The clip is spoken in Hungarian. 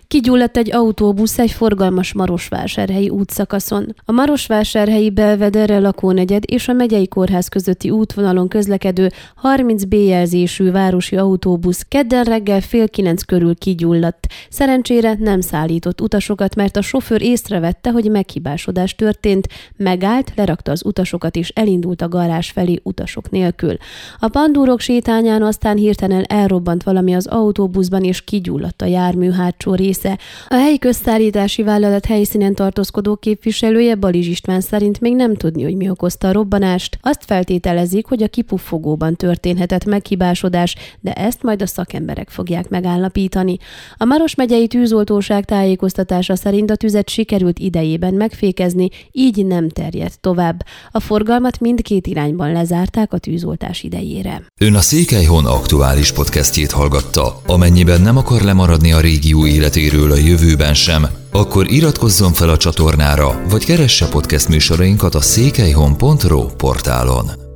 Kigyulladt egy autóbusz egy forgalmas marosvásárhelyi útszakaszon. A marosvásárhelyi Belvedere lakónegyed és a megyei kórház közötti útvonalon közlekedő 30B jelzésű városi autóbusz kedden reggel 8:30 körül kigyulladt. Szerencsére nem szállított utasokat, mert a sofőr észrevette, hogy meghibásodás történt, megállt, lerakta az utasokat és elindult a garázs felé utasok nélkül. A Pandúrok sétányán aztán hirtelen elrobbant valami az autóbuszban és kigyulladt a jármű hátsó része. A helyi közszállítási vállalat helyszínen tartózkodó képviselője, Balizs István szerint még nem tudni, hogy mi okozta a robbanást. Azt feltételezik, hogy a kipuffogóban történhetett meghibásodás, de ezt majd a szakemberek fogják megállapítani. A Maros megyei tűzoltóság tájékoztatása szerint a tüzet sikerült idejében megfékezni, így nem terjedt tovább. A forgalmat mindkét irányban lezárták a tűzoltás idejére. Ön a Székelyhon aktuális podcastjét hallgatta. Amennyiben nem akar lemaradni a régió életéről a jövőben sem, akkor iratkozzon fel a csatornára, vagy keresse podcast műsorainkat a székelyhon.ro portálon.